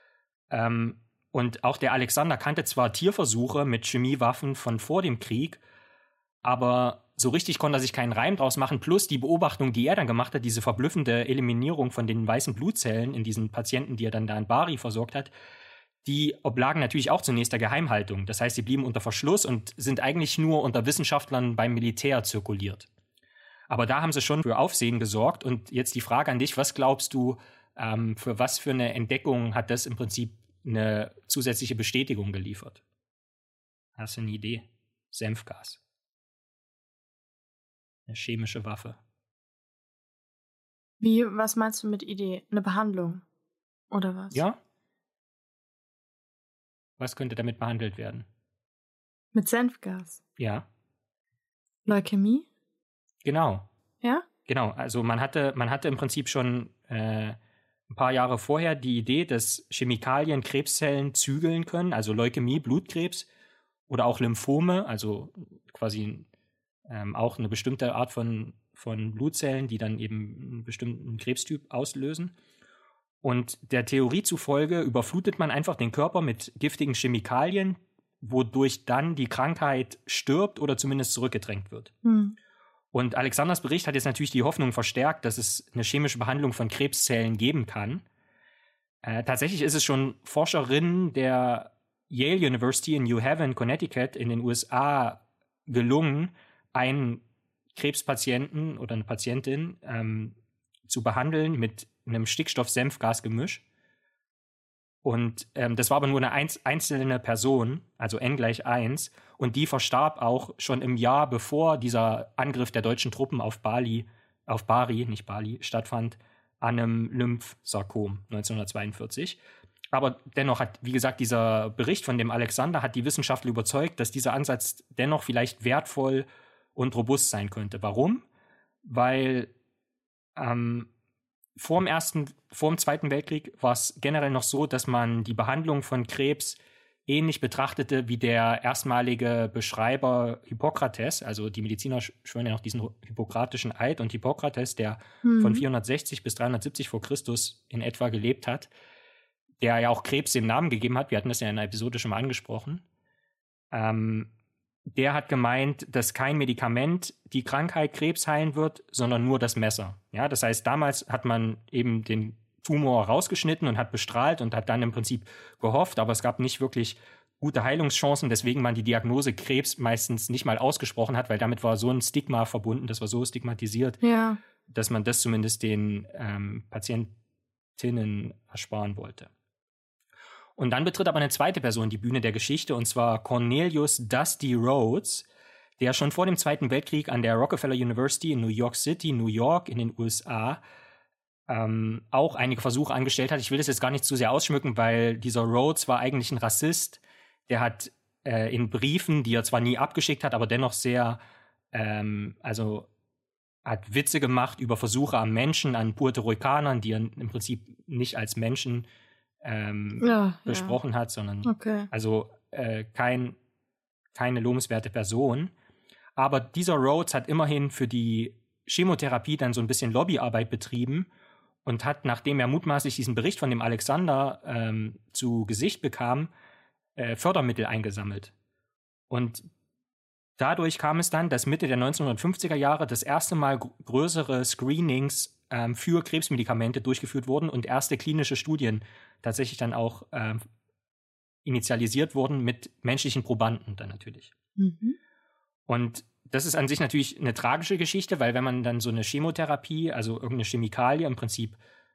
Und auch der Alexander kannte zwar Tierversuche mit Chemiewaffen von vor dem Krieg, aber so richtig konnte er sich keinen Reim draus machen, plus die Beobachtung, die er dann gemacht hat, diese verblüffende Eliminierung von den weißen Blutzellen in diesen Patienten, die er dann da in Bari versorgt hat, die oblagen natürlich auch zunächst der Geheimhaltung. Das heißt, sie blieben unter Verschluss und sind eigentlich nur unter Wissenschaftlern beim Militär zirkuliert. Aber da haben sie schon für Aufsehen gesorgt. Und jetzt die Frage an dich, was glaubst du, für was für eine Entdeckung hat das im Prinzip eine zusätzliche Bestätigung geliefert? Hast du eine Idee? Senfgas. Eine chemische Waffe. Was meinst du mit Idee? Eine Behandlung? Oder was? Ja. Was könnte damit behandelt werden? Mit Senfgas? Ja. Leukämie? Genau. Ja? Genau, also man hatte im Prinzip schon ein paar Jahre vorher die Idee, dass Chemikalien Krebszellen zügeln können, also Leukämie, Blutkrebs oder auch Lymphome, also quasi auch eine bestimmte Art von Blutzellen, die dann eben einen bestimmten Krebstyp auslösen. Und der Theorie zufolge überflutet man einfach den Körper mit giftigen Chemikalien, wodurch dann die Krankheit stirbt oder zumindest zurückgedrängt wird. Und Alexanders Bericht hat jetzt natürlich die Hoffnung verstärkt, dass es eine chemische Behandlung von Krebszellen geben kann. Tatsächlich ist es schon Forscherinnen der Yale University in New Haven, Connecticut in den USA gelungen, einen Krebspatienten oder eine Patientin zu behandeln mit einem Stickstoff-Senfgas-Gemisch. Und das war aber nur eine einzelne Person, also N = 1. Und die verstarb auch schon im Jahr, bevor dieser Angriff der deutschen Truppen auf Bari stattfand, an einem Lymphsarkom 1942. Aber dennoch hat, wie gesagt, dieser Bericht von dem Alexander hat die Wissenschaftler überzeugt, dass dieser Ansatz dennoch vielleicht wertvoll und robust sein könnte. Warum? Weil vor dem Zweiten Weltkrieg war es generell noch so, dass man die Behandlung von Krebs ähnlich betrachtete wie der erstmalige Beschreiber Hippokrates. Also die Mediziner schwören ja noch diesen hippokratischen Eid. Und Hippokrates, der von 460 bis 370 vor Christus in etwa gelebt hat, der ja auch Krebs den Namen gegeben hat, wir hatten das ja in einer Episode schon mal angesprochen, der hat gemeint, dass kein Medikament die Krankheit Krebs heilen wird, sondern nur das Messer. Ja, das heißt, damals hat man eben den Tumor rausgeschnitten und hat bestrahlt und hat dann im Prinzip gehofft, aber es gab nicht wirklich gute Heilungschancen, deswegen man die Diagnose Krebs meistens nicht mal ausgesprochen hat, weil damit war so ein Stigma verbunden, das war so stigmatisiert, dass man das zumindest den Patientinnen ersparen wollte. Und dann betritt aber eine zweite Person die Bühne der Geschichte, und zwar Cornelius Dusty Rhodes, der schon vor dem Zweiten Weltkrieg an der Rockefeller University in New York City, New York in den USA, auch einige Versuche angestellt hat. Ich will das jetzt gar nicht zu sehr ausschmücken, weil dieser Rhodes war eigentlich ein Rassist. Der hat in Briefen, die er zwar nie abgeschickt hat, aber dennoch sehr, hat Witze gemacht über Versuche am Menschen, an Puerto Ricanern, die er im Prinzip nicht als Menschen besprochen hat, sondern keine lobenswerte Person. Aber dieser Rhodes hat immerhin für die Chemotherapie dann so ein bisschen Lobbyarbeit betrieben und hat, nachdem er mutmaßlich diesen Bericht von dem Alexander zu Gesicht bekam, Fördermittel eingesammelt. Und dadurch kam es dann, dass Mitte der 1950er Jahre das erste Mal größere Screenings für Krebsmedikamente durchgeführt wurden und erste klinische Studien tatsächlich dann auch initialisiert wurden mit menschlichen Probanden dann natürlich. Und das ist an sich natürlich eine tragische Geschichte, weil wenn man dann so eine Chemotherapie, also irgendeine Chemikalie im Prinzip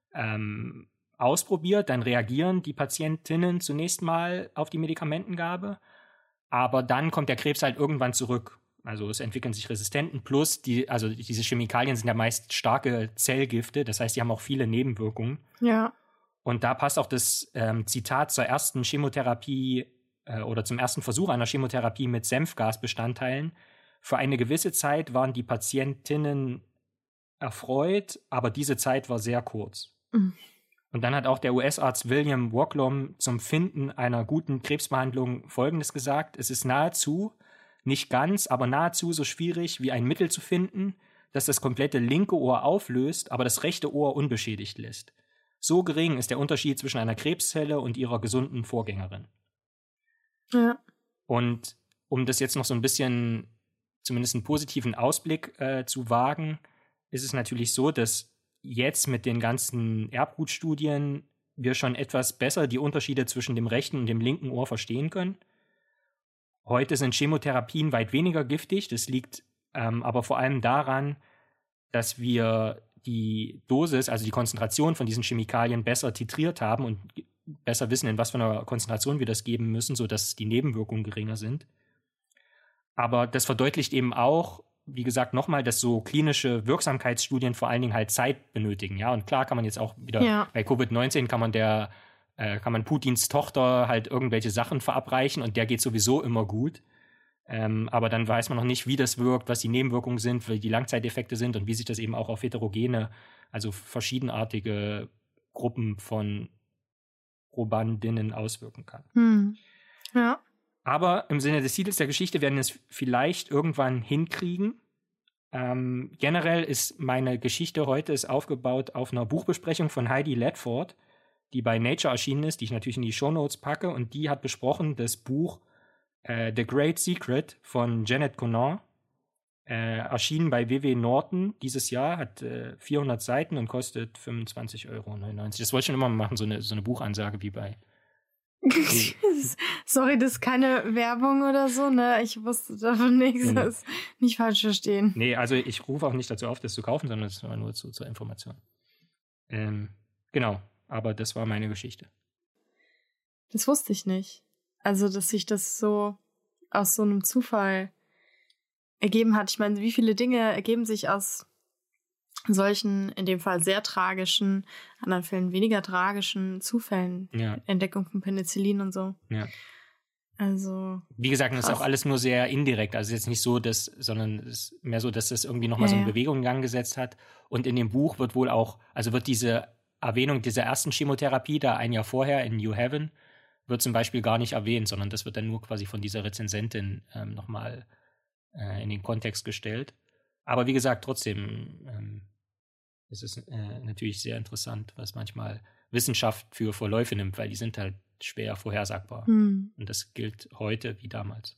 ausprobiert, dann reagieren die Patientinnen zunächst mal auf die Medikamentengabe, aber dann kommt der Krebs halt irgendwann zurück. Also es entwickeln sich Resistenten, plus diese Chemikalien sind ja meist starke Zellgifte, das heißt, die haben auch viele Nebenwirkungen. Ja. Und da passt auch das Zitat zur ersten Chemotherapie oder zum ersten Versuch einer Chemotherapie mit Senfgasbestandteilen. Für eine gewisse Zeit waren die Patientinnen erfreut, aber diese Zeit war sehr kurz. Und dann hat auch der US-Arzt William Woklom zum Finden einer guten Krebsbehandlung Folgendes gesagt: Es ist nahezu, nicht ganz, aber nahezu so schwierig wie ein Mittel zu finden, das das komplette linke Ohr auflöst, aber das rechte Ohr unbeschädigt lässt. So gering ist der Unterschied zwischen einer Krebszelle und ihrer gesunden Vorgängerin. Ja. Und um das jetzt noch so ein bisschen, zumindest einen positiven Ausblick zu wagen, ist es natürlich so, dass jetzt mit den ganzen Erbgutstudien wir schon etwas besser die Unterschiede zwischen dem rechten und dem linken Ohr verstehen können. Heute sind Chemotherapien weit weniger giftig. Das liegt aber vor allem daran, dass wir die Dosis, also die Konzentration von diesen Chemikalien besser titriert haben und besser wissen, in was für einer Konzentration wir das geben müssen, sodass die Nebenwirkungen geringer sind. Aber das verdeutlicht eben auch, wie gesagt, nochmal, dass so klinische Wirksamkeitsstudien vor allen Dingen halt Zeit benötigen. Ja, und klar kann man jetzt auch wieder bei Covid-19 kann man Putins Tochter halt irgendwelche Sachen verabreichen und der geht sowieso immer gut. Aber dann weiß man noch nicht, wie das wirkt, was die Nebenwirkungen sind, wie die Langzeiteffekte sind und wie sich das eben auch auf heterogene also verschiedenartige Gruppen von Probandinnen auswirken kann. Ja. Aber im Sinne des Titels der Geschichte werden wir es vielleicht irgendwann hinkriegen. Generell ist meine Geschichte heute aufgebaut auf einer Buchbesprechung von Heidi Ledford, die bei Nature erschienen ist, die ich natürlich in die Shownotes packe. Und die hat besprochen das Buch The Great Secret von Janet Conant, erschienen bei W.W. Norton dieses Jahr, hat 400 Seiten und kostet 25,99 €. Das wollte ich schon immer mal machen, so eine Buchansage wie bei... Sorry, das ist keine Werbung oder so, ne? Ich wusste davon nichts, das nicht falsch verstehen. Nee, also ich rufe auch nicht dazu auf, das zu kaufen, sondern es war nur zur Information. Genau, aber das war meine Geschichte. Das wusste ich nicht. Also, dass sich das so aus so einem Zufall ergeben hat. Ich meine, wie viele Dinge ergeben sich aus solchen, in dem Fall sehr tragischen, anderen Fällen weniger tragischen Zufällen. Ja. Entdeckung von Penicillin und so. Ja. Also. Wie gesagt, das ist auch alles nur sehr indirekt. Also jetzt nicht so, sondern es ist mehr so, dass das irgendwie nochmal so eine Bewegung in Gang gesetzt hat. Und in dem Buch wird wohl auch, also wird diese Erwähnung dieser ersten Chemotherapie, da ein Jahr vorher in New Haven, wird zum Beispiel gar nicht erwähnt, sondern das wird dann nur quasi von dieser Rezensentin nochmal in den Kontext gestellt. Aber wie gesagt, trotzdem ist es natürlich sehr interessant, was manchmal Wissenschaft für Verläufe nimmt, weil die sind halt schwer vorhersagbar. Und das gilt heute wie damals.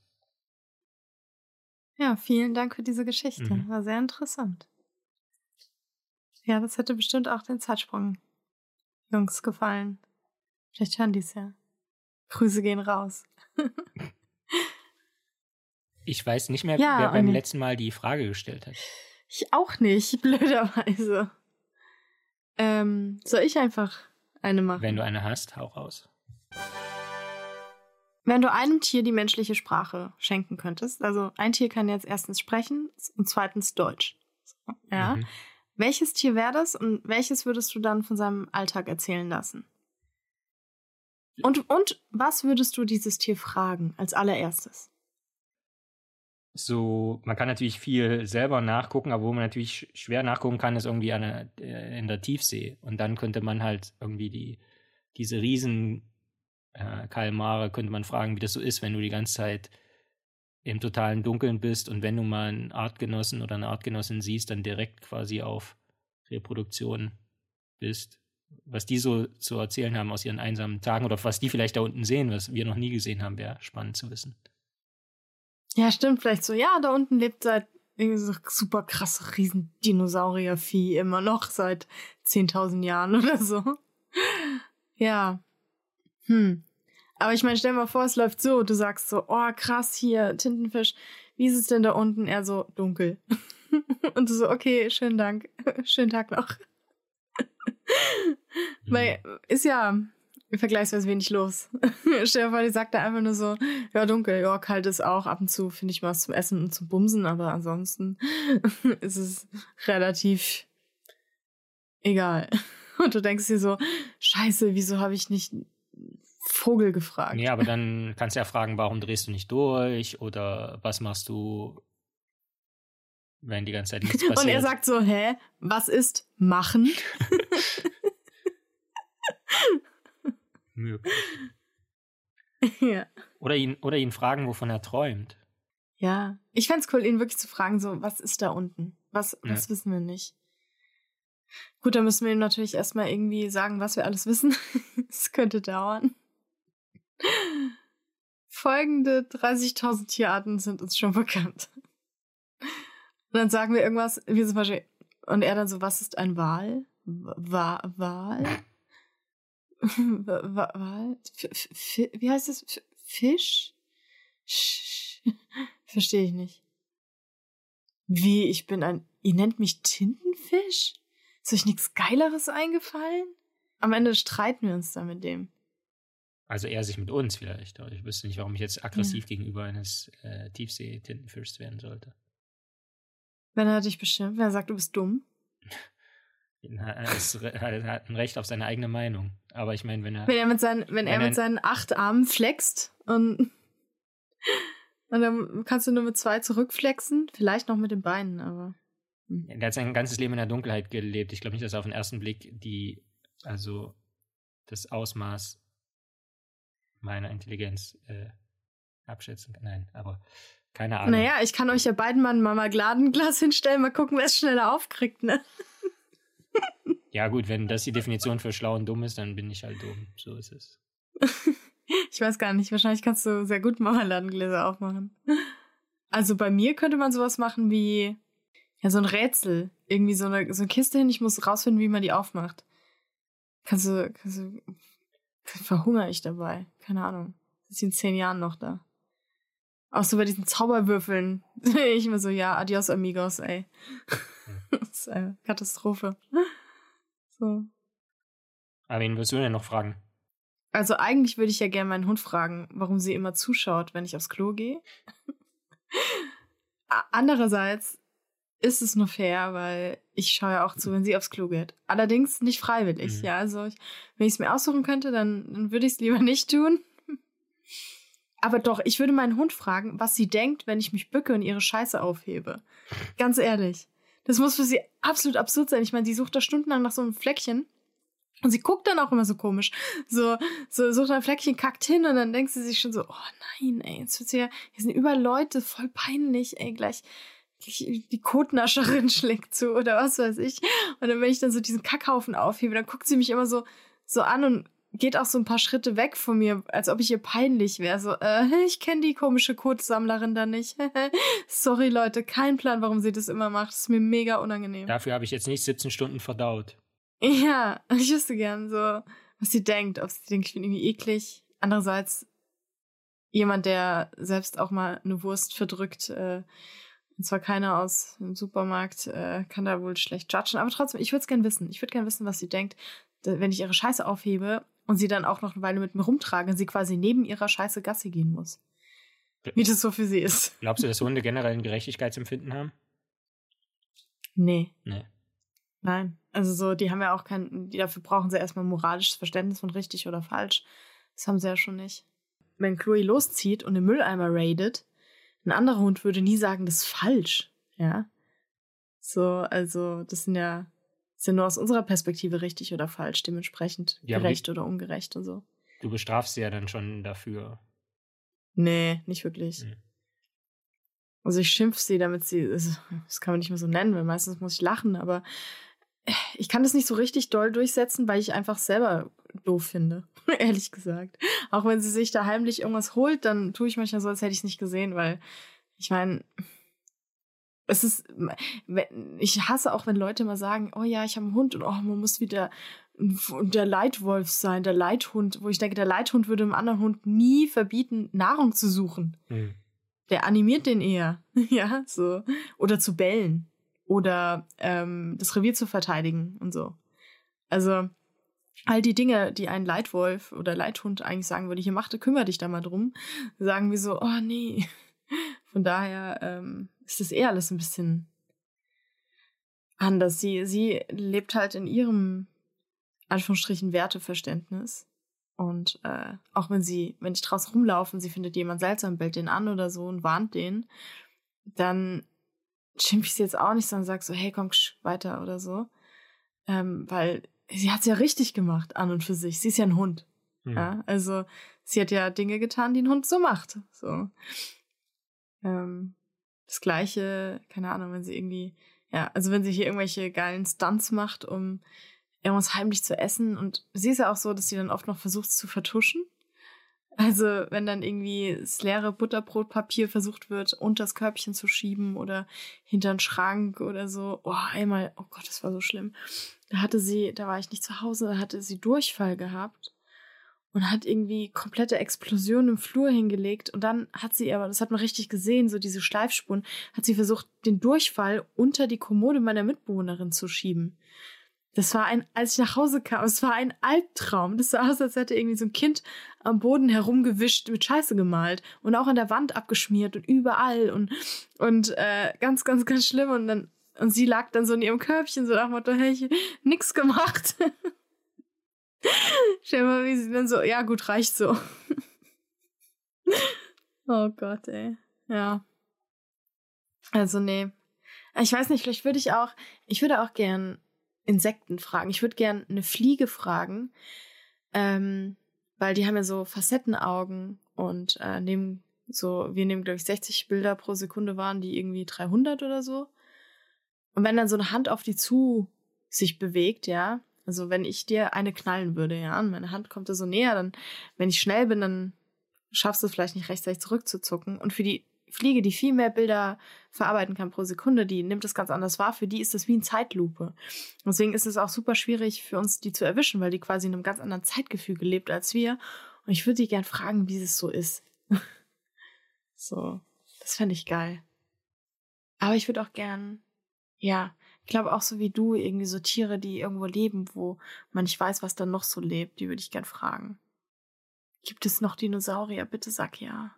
Ja, vielen Dank für diese Geschichte. War sehr interessant. Ja, das hätte bestimmt auch den Zeitsprung-Jungs gefallen. Vielleicht hören die es ja. Grüße gehen raus. Ich weiß nicht mehr, wer beim letzten Mal die Frage gestellt hat. Ich auch nicht, blöderweise. Soll ich einfach eine machen? Wenn du eine hast, hau raus. Wenn du einem Tier die menschliche Sprache schenken könntest, also ein Tier kann jetzt erstens sprechen und zweitens Deutsch. Ja. Welches Tier wäre das und welches würdest du dann von seinem Alltag erzählen lassen? Und was würdest du dieses Tier fragen als allererstes? So, man kann natürlich viel selber nachgucken, aber wo man natürlich schwer nachgucken kann, ist irgendwie in der Tiefsee. Und dann könnte man halt irgendwie diese riesen Kalmare, könnte man fragen, wie das so ist, wenn du die ganze Zeit im totalen Dunkeln bist und wenn du mal einen Artgenossen oder eine Artgenossin siehst, dann direkt quasi auf Reproduktion bist. Was die so zu erzählen haben aus ihren einsamen Tagen oder was die vielleicht da unten sehen, was wir noch nie gesehen haben, wäre spannend zu wissen. Ja, stimmt, vielleicht so, ja, da unten lebt seit irgendwie so super krasse Riesen-Dinosaurier-Vieh immer noch seit 10.000 Jahren oder so. Ja. Aber ich meine, stell dir mal vor, es läuft so, du sagst so, oh krass, hier, Tintenfisch, wie ist es denn da unten? Er so, dunkel. Und du so, okay, schönen Dank, schönen Tag noch. Weil ist ja vergleichsweise wenig los. Stell dir vor, die sagt da einfach nur so, ja, dunkel, ja, kalt ist auch, ab und zu finde ich mal was zum Essen und zum Bumsen, aber ansonsten ist es relativ egal. Und du denkst dir so, scheiße, wieso habe ich nicht Vogel gefragt? Ja, aber dann kannst du ja fragen, warum drehst du nicht durch oder was machst du, wenn die ganze Zeit nichts passiert. Und er sagt so, was ist machen? Möglich. Ja. Oder ihn fragen, wovon er träumt. Ja, ich fänd's cool, ihn wirklich zu fragen, so, was ist da unten? Was wissen wir nicht? Gut, dann müssen wir ihm natürlich erstmal irgendwie sagen, was wir alles wissen. Das könnte dauern. Folgende 30.000 Tierarten sind uns schon bekannt. Und dann sagen wir irgendwas, wie zum Beispiel, und er dann so, was ist ein Wal? Wal? Wal? Wie heißt das? Fisch? Verstehe ich nicht. Wie, ihr nennt mich Tintenfisch? Ist euch nichts Geileres eingefallen? Am Ende streiten wir uns da mit dem. Also er sich mit uns vielleicht. Aber ich wüsste nicht, warum ich jetzt aggressiv gegenüber eines Tiefsee-Tintenfischs werden sollte. Wenn er dich bestimmt, wenn er sagt, du bist dumm. Er hat ein Recht auf seine eigene Meinung. Aber ich meine, wenn er mit seinen 8 Armen flext und dann kannst du nur mit 2 zurückflexen, vielleicht noch mit den Beinen, aber Der hat sein ganzes Leben in der Dunkelheit gelebt. Ich glaube nicht, dass er auf den ersten Blick das Ausmaß meiner Intelligenz abschätzen kann. Nein, aber keine Ahnung. Naja, ich kann euch ja beiden mal ein Marmeladenglas hinstellen, mal gucken, wer es schneller aufkriegt, ne? Ja gut, wenn das die Definition für schlau und dumm ist, dann bin ich halt dumm. So ist es. Ich weiß gar nicht, wahrscheinlich kannst du sehr gut Marmeladengläser aufmachen. Also bei mir könnte man sowas machen wie so ein Rätsel. Irgendwie so eine Kiste hin, ich muss rausfinden, wie man die aufmacht. Verhungere ich dabei. Keine Ahnung. Ist in 10 Jahren noch da. Auch so bei diesen Zauberwürfeln. Ich immer so, ja, adios amigos, ey. Das ist eine Katastrophe. So. Aber wen würdest du denn noch fragen? Also eigentlich würde ich ja gerne meinen Hund fragen, warum sie immer zuschaut, wenn ich aufs Klo gehe. Andererseits ist es nur fair, weil ich schaue ja auch zu, wenn sie aufs Klo geht. Allerdings nicht freiwillig, ja. Also wenn ich es mir aussuchen könnte, dann würde ich es lieber nicht tun. Aber doch, ich würde meinen Hund fragen, was sie denkt, wenn ich mich bücke und ihre Scheiße aufhebe. Ganz ehrlich. Das muss für sie absolut absurd sein. Ich meine, sie sucht da stundenlang nach so einem Fleckchen. Und sie guckt dann auch immer so komisch. So sucht ein Fleckchen, kackt hin und dann denkt sie sich schon so, oh nein, ey, jetzt wird's hier sind überall Leute, voll peinlich, ey, gleich die Kotnascherin schlägt zu oder was weiß ich. Und dann, wenn ich dann so diesen Kackhaufen aufhebe, dann guckt sie mich immer so an und geht auch so ein paar Schritte weg von mir, als ob ich ihr peinlich wäre. So, ich kenne die komische Kotsammlerin da nicht. Sorry, Leute, kein Plan, warum sie das immer macht. Das ist mir mega unangenehm. Dafür habe ich jetzt nicht 17 Stunden verdaut. Ja, ich wüsste gern so, was sie denkt. Ob sie denkt, ich bin irgendwie eklig. Andererseits jemand, der selbst auch mal eine Wurst verdrückt, und zwar keiner aus dem Supermarkt, kann da wohl schlecht judgen. Aber trotzdem, ich würde es gern wissen. Ich würde gern wissen, was sie denkt, wenn ich ihre Scheiße aufhebe und sie dann auch noch eine Weile mit mir rumtrage und sie quasi neben ihrer Scheiße Gassi gehen muss. Wie das so für sie ist. Glaubst du, dass Hunde generell ein Gerechtigkeitsempfinden haben? Nee. Nee. Nein. Also so, die haben ja auch dafür brauchen sie erstmal moralisches Verständnis von richtig oder falsch. Das haben sie ja schon nicht. Wenn Chloe loszieht und den Mülleimer raidet, ein anderer Hund würde nie sagen, das ist falsch. Ja. So, also, das ist ja nur aus unserer Perspektive richtig oder falsch, dementsprechend ja, gerecht oder ungerecht und so. Du bestrafst sie ja dann schon dafür. Nee, nicht wirklich. Also ich schimpf sie, damit sie, das kann man nicht mehr so nennen, weil meistens muss ich lachen, aber ich kann das nicht so richtig doll durchsetzen, weil ich einfach selber doof finde, ehrlich gesagt. Auch wenn sie sich da heimlich irgendwas holt, dann tue ich manchmal so, als hätte ich es nicht gesehen, weil ich meine, ich hasse auch, wenn Leute mal sagen, oh ja, ich habe einen Hund und oh, man muss wieder der Leitwolf sein, der Leithund, wo ich denke, der Leithund würde einem anderen Hund nie verbieten, Nahrung zu suchen. Der animiert den eher, ja, so. Oder zu bellen. Oder das Revier zu verteidigen und so. Also all die Dinge, die ein Leitwolf oder Leithund eigentlich sagen würde, hier kümmere dich da mal drum, sagen wir so, oh nee. Von daher ist das eher alles ein bisschen anders. Sie lebt halt in ihrem, Anführungsstrichen, Werteverständnis. Und auch wenn ich draußen rumlaufe und sie findet jemand seltsam, bellt den an oder so und warnt den, dann schimpfe ich sie jetzt auch nicht, sondern sag so, hey, komm, weiter oder so. Weil sie hat es ja richtig gemacht, an und für sich. Sie ist ja ein Hund. Ja? Also sie hat ja Dinge getan, die ein Hund so macht. So. Das Gleiche, keine Ahnung, wenn sie irgendwie, also wenn sie hier irgendwelche geilen Stunts macht, um irgendwas heimlich zu essen. Und sie ist ja auch so, dass sie dann oft noch versucht, es zu vertuschen. Also wenn dann irgendwie das leere Butterbrotpapier versucht wird, unter das Körbchen zu schieben oder hinter den Schrank oder so. Oh, einmal, oh Gott, das war so schlimm. Da war ich nicht zu Hause, da hatte sie Durchfall gehabt und hat irgendwie komplette Explosion im Flur hingelegt. Und dann hat sie aber, das hat man richtig gesehen, so diese Schleifspuren, hat sie versucht, den Durchfall unter die Kommode meiner Mitbewohnerin zu schieben. Das war als ich nach Hause kam, es war ein Albtraum. Das sah aus, als hätte irgendwie so ein Kind am Boden herumgewischt, mit Scheiße gemalt und auch an der Wand abgeschmiert und überall und ganz, ganz, ganz schlimm. Und sie lag dann so in ihrem Körbchen, so nach dem Motto, hey, ich nix gemacht. Stell dir mal, wie sie dann so, ja gut, reicht so. Oh Gott, ey. Ja. Also nee. Ich weiß nicht, vielleicht würde ich würde auch gern Insekten fragen. Ich würde gern eine Fliege fragen, weil die haben ja so Facettenaugen und wir nehmen, glaube ich, 60 Bilder pro Sekunde waren, die irgendwie 300 oder so. Und wenn dann so eine Hand auf die zu sich bewegt, ja, also wenn ich dir eine knallen würde, ja, und meine Hand kommt da so näher, dann, wenn ich schnell bin, dann schaffst du es vielleicht nicht rechtzeitig zurückzuzucken. Und für die Fliege, die viel mehr Bilder verarbeiten kann pro Sekunde, die nimmt das ganz anders wahr. Für die ist das wie eine Zeitlupe. Deswegen ist es auch super schwierig für uns, die zu erwischen, weil die quasi in einem ganz anderen Zeitgefüge lebt als wir. Und ich würde die gern fragen, wie es so ist. So, das fände ich geil. Aber ich würde auch gern, ja, ich glaube auch so wie du, irgendwie so Tiere, die irgendwo leben, wo man nicht weiß, was da noch so lebt, die würde ich gern fragen. Gibt es noch Dinosaurier? Bitte sag ja.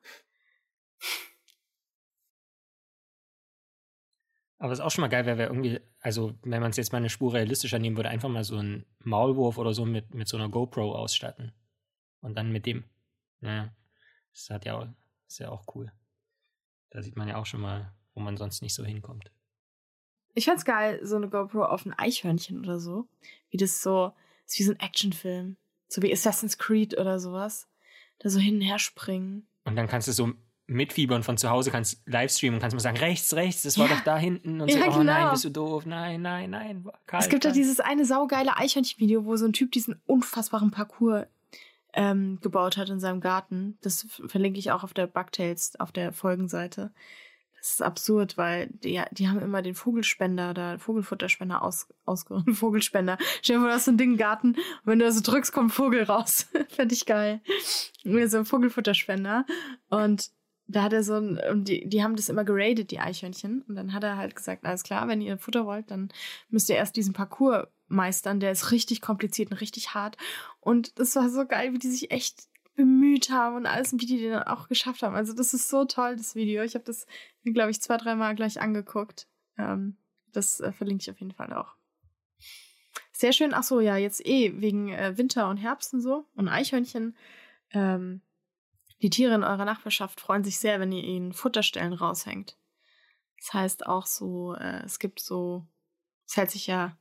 Aber es ist auch schon mal geil, wenn wir irgendwie, also wenn man es jetzt mal eine Spur realistischer nehmen würde, einfach mal so einen Maulwurf oder so mit so einer GoPro ausstatten. Und dann mit dem. Naja, das ist ja auch cool. Da sieht man ja auch schon mal, wo man sonst nicht so hinkommt. Ich fand's geil, so eine GoPro auf ein Eichhörnchen oder so. Wie das so, ist wie so ein Actionfilm. So wie Assassin's Creed oder sowas. Da so hin und her springen. Und dann kannst du so mitfiebern von zu Hause, kannst livestreamen und kannst mal sagen, rechts, das war doch da hinten. Und so, genau. Oh nein, bist du doof, nein, kalt. Es gibt ja dieses eine saugeile Eichhörnchen-Video, wo so ein Typ diesen unfassbaren Parcours gebaut hat in seinem Garten. Das verlinke ich auch auf der Bugtails, auf der Folgenseite. Das ist absurd, weil die haben immer den Vogelfutterspender ausgerüstet. Vogelspender. Stell dir vor, du hast so ein Ding im Garten und wenn du da so drückst, kommt ein Vogel raus. Fände ich geil. So ein Vogelfutterspender. Und da hat er die haben das immer geradet, die Eichhörnchen. Und dann hat er halt gesagt, alles klar, wenn ihr Futter wollt, dann müsst ihr erst diesen Parcours meistern. Der ist richtig kompliziert und richtig hart. Und das war so geil, wie die sich echt bemüht haben und alles, wie die dann auch geschafft haben. Also das ist so toll, das Video. Ich habe das, glaube ich, 2-3 Mal gleich angeguckt. Das verlinke ich auf jeden Fall auch. Sehr schön. Ach so, ja, jetzt wegen Winter und Herbst und so und Eichhörnchen. Die Tiere in eurer Nachbarschaft freuen sich sehr, wenn ihr ihnen Futterstellen raushängt. Das heißt auch so, es hält sich ja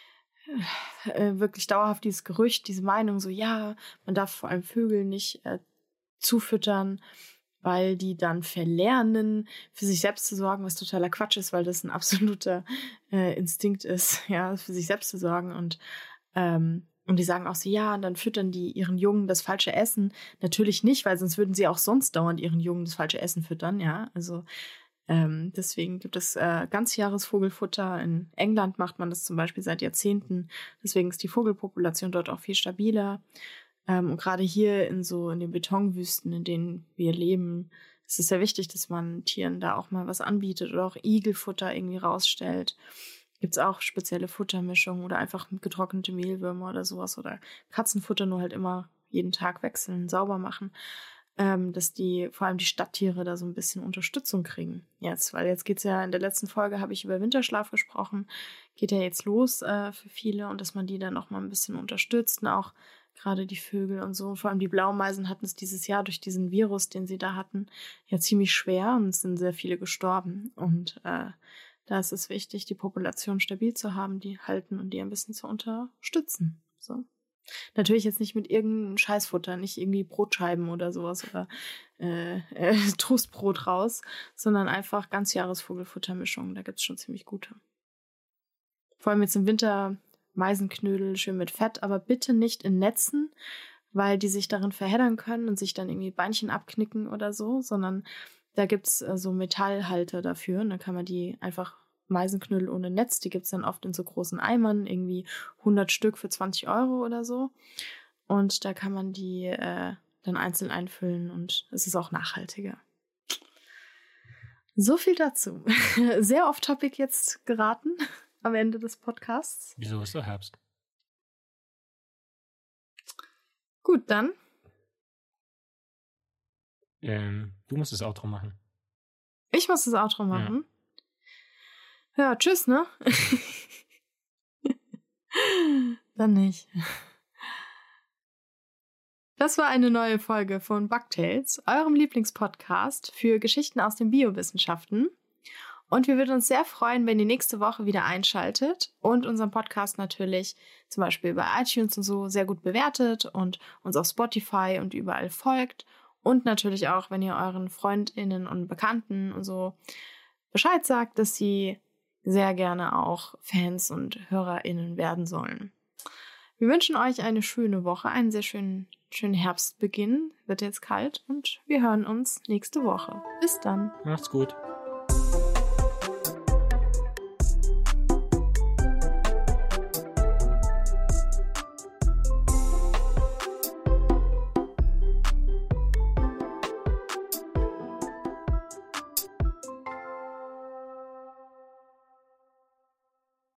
wirklich dauerhaft dieses Gerücht, diese Meinung, so ja, man darf vor allem Vögel nicht zufüttern, weil die dann verlernen, für sich selbst zu sorgen, was totaler Quatsch ist, weil das ein absoluter Instinkt ist, ja, für sich selbst zu sorgen und die sagen auch so, ja, und dann füttern die ihren Jungen das falsche Essen. Natürlich nicht, weil sonst würden sie auch sonst dauernd ihren Jungen das falsche Essen füttern, ja, also deswegen gibt es Ganzjahresvogelfutter. In England macht man das zum Beispiel seit Jahrzehnten. Deswegen ist die Vogelpopulation dort auch viel stabiler. Und gerade hier in den Betonwüsten, in denen wir leben, ist es sehr wichtig, dass man Tieren da auch mal was anbietet oder auch Igelfutter irgendwie rausstellt. Gibt es auch spezielle Futtermischungen oder einfach getrocknete Mehlwürmer oder sowas oder Katzenfutter, nur halt immer jeden Tag wechseln, sauber machen. Dass vor allem die Stadttiere da so ein bisschen Unterstützung kriegen jetzt, weil jetzt geht's ja, in der letzten Folge habe ich über Winterschlaf gesprochen, geht ja jetzt los für viele und dass man die dann auch mal ein bisschen unterstützt und auch gerade die Vögel und so, und vor allem die Blaumeisen hatten es dieses Jahr durch diesen Virus, den sie da hatten, ja ziemlich schwer und es sind sehr viele gestorben und da ist es wichtig, die Population stabil zu haben, die halten und die ein bisschen zu unterstützen, so. Natürlich jetzt nicht mit irgendeinem Scheißfutter, nicht irgendwie Brotscheiben oder sowas oder Toastbrot raus, sondern einfach Ganzjahresvogelfuttermischungen. Da gibt es schon ziemlich gute. Vor allem jetzt im Winter Meisenknödel schön mit Fett, aber bitte nicht in Netzen, weil die sich darin verheddern können und sich dann irgendwie Beinchen abknicken oder so, sondern da gibt es so Metallhalter dafür und dann kann man die einfach Meisenknödel ohne Netz, die gibt es dann oft in so großen Eimern, irgendwie 100 Stück für 20 € oder so. Und da kann man die dann einzeln einfüllen und es ist auch nachhaltiger. So viel dazu. Sehr off-topic jetzt geraten am Ende des Podcasts. Wieso ist so Herbst? Gut, dann. Du musst das Outro machen. Ich muss das Outro machen? Ja, tschüss, ne? Dann nicht. Das war eine neue Folge von Bugtails, eurem Lieblingspodcast für Geschichten aus den Biowissenschaften. Und wir würden uns sehr freuen, wenn ihr nächste Woche wieder einschaltet und unseren Podcast natürlich zum Beispiel bei iTunes und so sehr gut bewertet und uns auf Spotify und überall folgt. Und natürlich auch, wenn ihr euren FreundInnen und Bekannten und so Bescheid sagt, dass sie sehr gerne auch Fans und HörerInnen werden sollen. Wir wünschen euch eine schöne Woche, einen sehr schönen Herbstbeginn. Wird jetzt kalt und wir hören uns nächste Woche. Bis dann. Macht's gut.